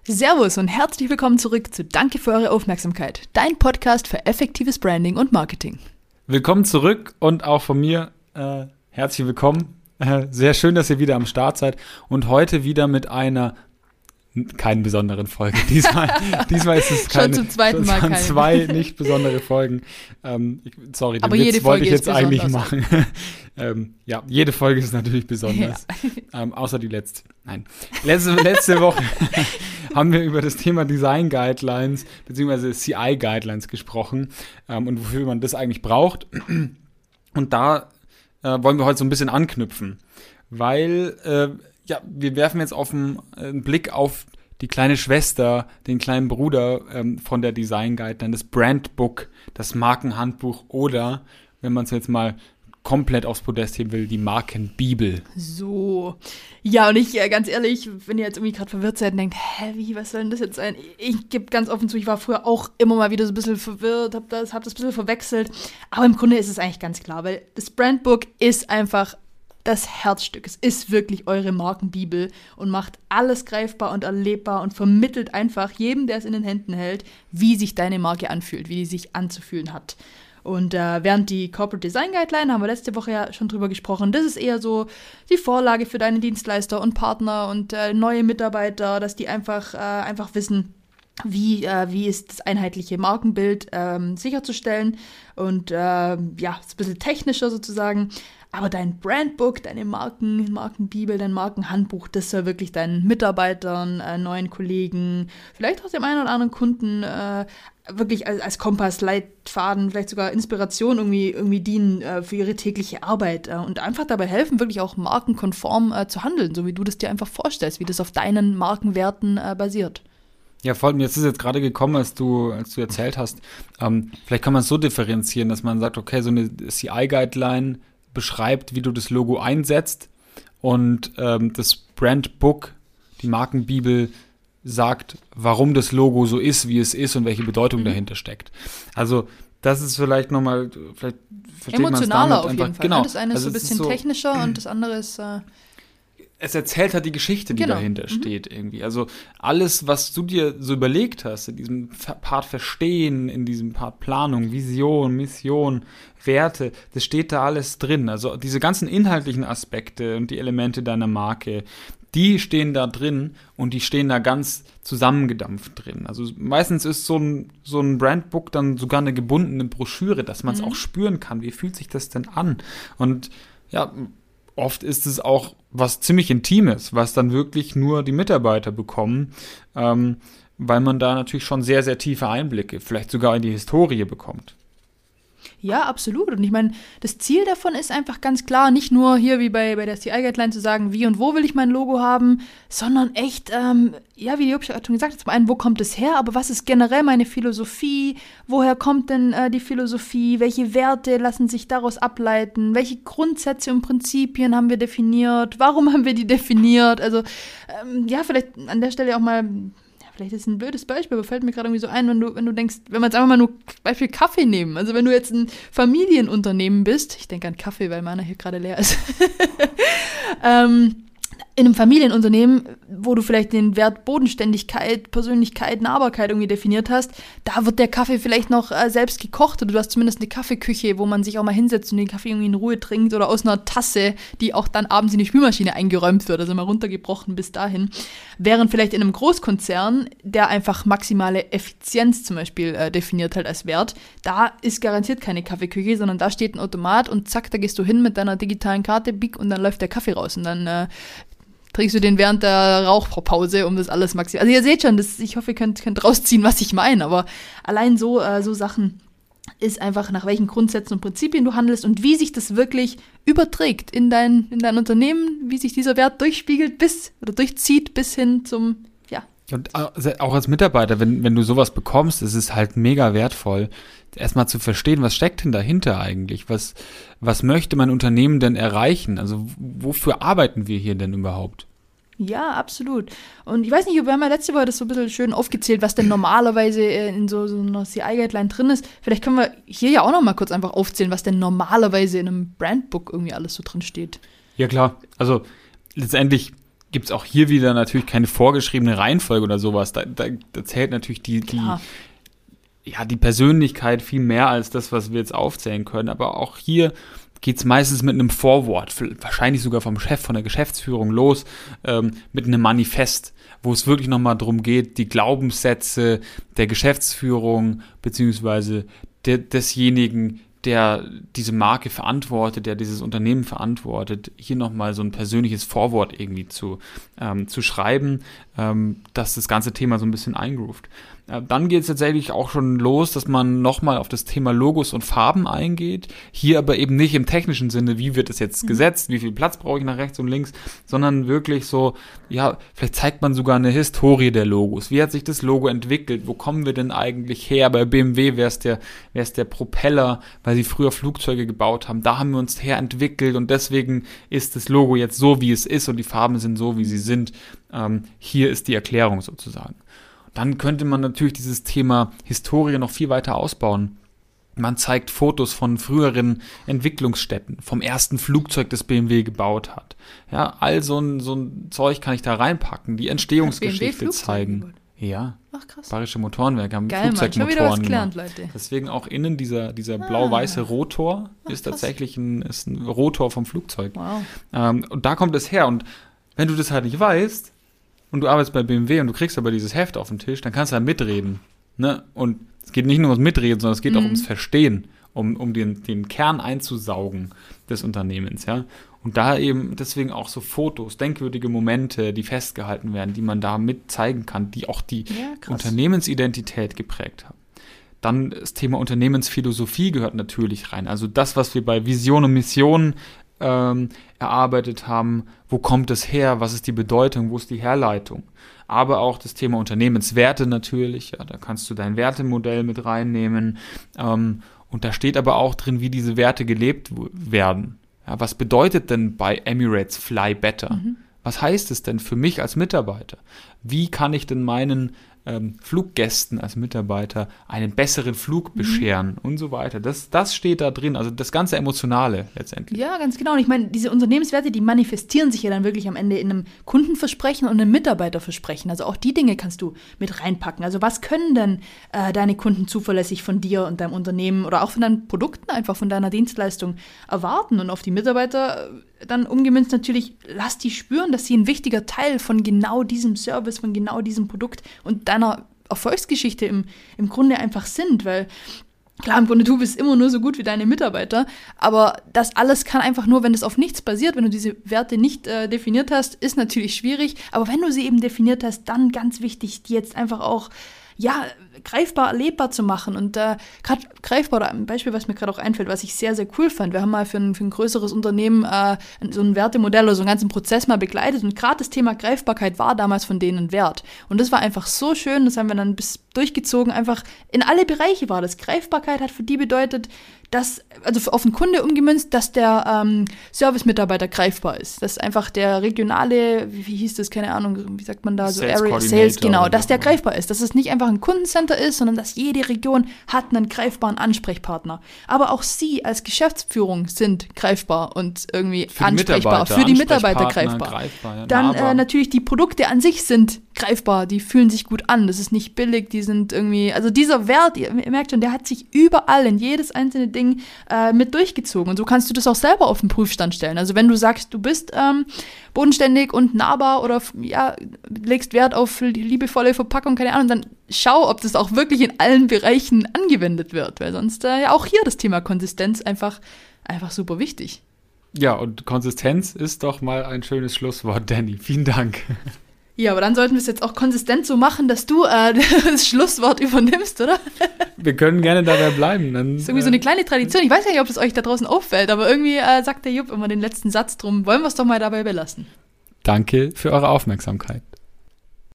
Servus und herzlich willkommen zurück zu Danke für eure Aufmerksamkeit, dein Podcast für effektives Branding und Marketing. Willkommen zurück und auch von mir herzlich willkommen. Sehr schön, dass ihr wieder am Start seid und heute wieder mit einer keinen besonderen Folge. Diesmal ist es keine. Schon zum zweiten Mal keine. Zwei nicht besondere Folgen. Sorry, den Aber Witz jede wollte ich Folge jetzt ist eigentlich besonders. machen. Ja, jede Folge ist natürlich besonders. Ja. Außer die letzte. Nein. Letzte Woche haben wir über das Thema Design Guidelines bzw. CI Guidelines gesprochen und wofür man das eigentlich braucht. Und da wollen wir heute so ein bisschen anknüpfen, weil wir werfen jetzt einen Blick auf die kleine Schwester, den kleinen Bruder von der Design Guideline, das Brandbook, das Markenhandbuch oder, wenn man es jetzt mal komplett aufs Podest heben will, die Markenbibel. So. Ja, und ich, ganz ehrlich, wenn ihr jetzt irgendwie gerade verwirrt seid und denkt, was soll denn das jetzt sein? Ich gebe ganz offen zu, ich war früher auch immer mal wieder so ein bisschen verwirrt, hab das ein bisschen verwechselt. Aber im Grunde ist es eigentlich ganz klar, weil das Brandbook ist einfach das Herzstück. Es ist wirklich eure Markenbibel und macht alles greifbar und erlebbar und vermittelt einfach jedem, der es in den Händen hält, wie sich deine Marke anfühlt, wie die sich anzufühlen hat. Und während die Corporate Design Guideline, haben wir letzte Woche ja schon drüber gesprochen, das ist eher so die Vorlage für deine Dienstleister und Partner und neue Mitarbeiter, dass die einfach wissen, wie ist das einheitliche Markenbild sicherzustellen und ist ein bisschen technischer sozusagen. Aber dein Brandbook, deine Markenbibel, dein Markenhandbuch, das soll wirklich deinen Mitarbeitern, neuen Kollegen, vielleicht auch dem einen oder anderen Kunden wirklich als Kompass, Leitfaden, vielleicht sogar Inspiration irgendwie dienen für ihre tägliche Arbeit und einfach dabei helfen, wirklich auch markenkonform zu handeln, so wie du das dir einfach vorstellst, wie das auf deinen Markenwerten basiert. Ja, voll, mir ist es jetzt gerade gekommen, als du erzählt hast, vielleicht kann man es so differenzieren, dass man sagt, okay, so eine CI-Guideline beschreibt, wie du das Logo einsetzt und das Brandbook, die Markenbibel, sagt, warum das Logo so ist, wie es ist und welche Bedeutung dahinter steckt. Also das ist vielleicht nochmal, vielleicht versteht man es emotionaler damit auf einfach. jeden Fall. Genau. Ne? Das eine ist so ein bisschen technischer und das andere ist es erzählt halt die Geschichte, die dahinter steht irgendwie. Also alles, was du dir so überlegt hast, in diesem Part Verstehen, in diesem Part Planung, Vision, Mission, Werte, das steht da alles drin. Also diese ganzen inhaltlichen Aspekte und die Elemente deiner Marke, die stehen da drin und die stehen da ganz zusammengedampft drin. Also meistens ist so ein Brandbook dann sogar eine gebundene Broschüre, dass man es auch spüren kann. Wie fühlt sich das denn an? Und ja, oft ist es auch was ziemlich Intimes, was dann wirklich nur die Mitarbeiter bekommen, weil man da natürlich schon sehr, sehr tiefe Einblicke, vielleicht sogar in die Historie bekommt. Ja, absolut. Und ich meine, das Ziel davon ist einfach ganz klar, nicht nur hier wie bei der CI-Guideline zu sagen, wie und wo will ich mein Logo haben, sondern echt, wie die Job schon gesagt hat, zum einen, wo kommt es her, aber was ist generell meine Philosophie, woher kommt denn die Philosophie, welche Werte lassen sich daraus ableiten, welche Grundsätze und Prinzipien haben wir definiert, warum haben wir die definiert, also vielleicht an der Stelle auch mal. Vielleicht ist es ein blödes Beispiel, aber fällt mir gerade irgendwie so ein, wenn du denkst, wenn wir jetzt einfach mal nur Beispiel Kaffee nehmen, also wenn du jetzt ein Familienunternehmen bist, ich denke an Kaffee, weil meiner hier gerade leer ist, in einem Familienunternehmen, wo du vielleicht den Wert Bodenständigkeit, Persönlichkeit, Nahbarkeit irgendwie definiert hast, da wird der Kaffee vielleicht noch selbst gekocht oder du hast zumindest eine Kaffeeküche, wo man sich auch mal hinsetzt und den Kaffee irgendwie in Ruhe trinkt oder aus einer Tasse, die auch dann abends in die Spülmaschine eingeräumt wird, also mal runtergebrochen bis dahin. Während vielleicht in einem Großkonzern, der einfach maximale Effizienz zum Beispiel definiert halt als Wert, da ist garantiert keine Kaffeeküche, sondern da steht ein Automat und zack, da gehst du hin mit deiner digitalen Karte, bieg, und dann läuft der Kaffee raus und dann trinkst du den während der Rauchpause, um das alles maximal. Also ihr seht schon, ich hoffe, ihr könnt rausziehen, was ich meine, aber allein so Sachen ist einfach, nach welchen Grundsätzen und Prinzipien du handelst und wie sich das wirklich überträgt in dein Unternehmen, wie sich dieser Wert durchspiegelt durchzieht bis hin zum, Und auch als Mitarbeiter, wenn du sowas bekommst, ist es halt mega wertvoll, erstmal zu verstehen, was steckt denn dahinter eigentlich? Was möchte mein Unternehmen denn erreichen? Also wofür arbeiten wir hier denn überhaupt? Ja, absolut. Und ich weiß nicht, wir haben ja letzte Woche das so ein bisschen schön aufgezählt, was denn normalerweise in so einer CI-Guideline drin ist. Vielleicht können wir hier ja auch noch mal kurz einfach aufzählen, was denn normalerweise in einem Brandbook irgendwie alles so drin steht. Ja klar, also letztendlich gibt es auch hier wieder natürlich keine vorgeschriebene Reihenfolge oder sowas. Da zählt natürlich die Persönlichkeit viel mehr als das, was wir jetzt aufzählen können. Aber auch hier geht es meistens mit einem Vorwort, wahrscheinlich sogar vom Chef, von der Geschäftsführung los, mit einem Manifest, wo es wirklich nochmal darum geht, die Glaubenssätze der Geschäftsführung beziehungsweise desjenigen, der diese Marke verantwortet, der dieses Unternehmen verantwortet, hier nochmal so ein persönliches Vorwort irgendwie zu schreiben, dass das ganze Thema so ein bisschen eingroovt. Dann geht es tatsächlich auch schon los, dass man nochmal auf das Thema Logos und Farben eingeht. Hier aber eben nicht im technischen Sinne, wie wird es jetzt gesetzt, wie viel Platz brauche ich nach rechts und links, sondern wirklich so, ja, vielleicht zeigt man sogar eine Historie der Logos. Wie hat sich das Logo entwickelt? Wo kommen wir denn eigentlich her? Bei BMW wäre es der Propeller, weil sie früher Flugzeuge gebaut haben. Da haben wir uns herentwickelt und deswegen ist das Logo jetzt so, wie es ist und die Farben sind so, wie sie sind. Hier ist die Erklärung sozusagen. Dann könnte man natürlich dieses Thema Historie noch viel weiter ausbauen. Man zeigt Fotos von früheren Entwicklungsstätten, vom ersten Flugzeug, das BMW gebaut hat. Ja, all so ein Zeug kann ich da reinpacken, die Entstehungsgeschichte zeigen. Ja, ach krass. Bayerische Motorenwerke haben Geil, Flugzeugmotoren schon wieder was gelernt, Leute. Deswegen auch innen dieser blau-weiße Rotor ist tatsächlich ein Rotor vom Flugzeug. Wow. Und da kommt es her. Und wenn du das halt nicht weißt, und du arbeitest bei BMW und du kriegst aber dieses Heft auf den Tisch, dann kannst du halt mitreden. Ne? Und es geht nicht nur ums Mitreden, sondern es geht auch ums Verstehen, um den Kern einzusaugen des Unternehmens. Ja? Und da eben deswegen auch so Fotos, denkwürdige Momente, die festgehalten werden, die man da mit zeigen kann, die auch die Unternehmensidentität geprägt haben. Dann das Thema Unternehmensphilosophie gehört natürlich rein. Also das, was wir bei Vision und Mission erarbeitet haben, wo kommt es her, was ist die Bedeutung, wo ist die Herleitung, aber auch das Thema Unternehmenswerte natürlich, ja, da kannst du dein Wertemodell mit reinnehmen und da steht aber auch drin, wie diese Werte gelebt werden. Ja, was bedeutet denn bei Emirates Fly Better? Was heißt es denn für mich als Mitarbeiter? Wie kann ich denn meinen Fluggästen als Mitarbeiter einen besseren Flug bescheren und so weiter. Das steht da drin, also das ganze Emotionale letztendlich. Ja, ganz genau. Und ich meine, diese Unternehmenswerte, die manifestieren sich ja dann wirklich am Ende in einem Kundenversprechen und einem Mitarbeiterversprechen. Also auch die Dinge kannst du mit reinpacken. Also was können denn deine Kunden zuverlässig von dir und deinem Unternehmen oder auch von deinen Produkten, einfach von deiner Dienstleistung erwarten? Und auf die Mitarbeiter dann umgemünzt natürlich, lass die spüren, dass sie ein wichtiger Teil von genau diesem Service, von genau diesem Produkt und deiner Erfolgsgeschichte im Grunde einfach sind, weil klar, im Grunde du bist immer nur so gut wie deine Mitarbeiter, aber das alles kann einfach nur, wenn es auf nichts basiert, wenn du diese Werte nicht definiert hast, ist natürlich schwierig, aber wenn du sie eben definiert hast, dann ganz wichtig, die jetzt einfach auch greifbar, erlebbar zu machen. Und gerade greifbar, oder ein Beispiel, was mir gerade auch einfällt, was ich sehr, sehr cool fand. Wir haben mal für ein größeres Unternehmen so ein Wertemodell oder so einen ganzen Prozess mal begleitet und gerade das Thema Greifbarkeit war damals von denen ein Wert. Und das war einfach so schön, das haben wir dann bis durchgezogen, einfach in alle Bereiche war das. Greifbarkeit hat für die bedeutet, dass, also auf den Kunde umgemünzt, dass der Service-Mitarbeiter greifbar ist. Dass einfach der regionale, wie hieß das, keine Ahnung, wie sagt man da, so Area Sales, genau, dass der greifbar ist. Dass es nicht einfach ein Kundencenter ist, sondern dass jede Region hat einen greifbaren Ansprechpartner. Aber auch Sie als Geschäftsführung sind greifbar und irgendwie ansprechbar. Für die Mitarbeiter greifbar. Dann natürlich die Produkte an sich sind greifbar, die fühlen sich gut an. Das ist nicht billig, die sind irgendwie, also dieser Wert, ihr merkt schon, der hat sich überall in jedes einzelne Ding mit durchgezogen. Und so kannst du das auch selber auf den Prüfstand stellen. Also wenn du sagst, du bist bodenständig und nahbar oder legst Wert auf liebevolle Verpackung, keine Ahnung, dann schau, ob das auch wirklich in allen Bereichen angewendet wird. Weil sonst auch hier das Thema Konsistenz einfach super wichtig. Ja, und Konsistenz ist doch mal ein schönes Schlusswort, Danny. Vielen Dank. Ja, aber dann sollten wir es jetzt auch konsistent so machen, dass du das Schlusswort übernimmst, oder? Wir können gerne dabei bleiben. Dann, das ist irgendwie so eine kleine Tradition. Ich weiß gar nicht, ob es euch da draußen auffällt, aber irgendwie sagt der Jupp immer den letzten Satz drum. Wollen wir es doch mal dabei belassen. Danke für eure Aufmerksamkeit.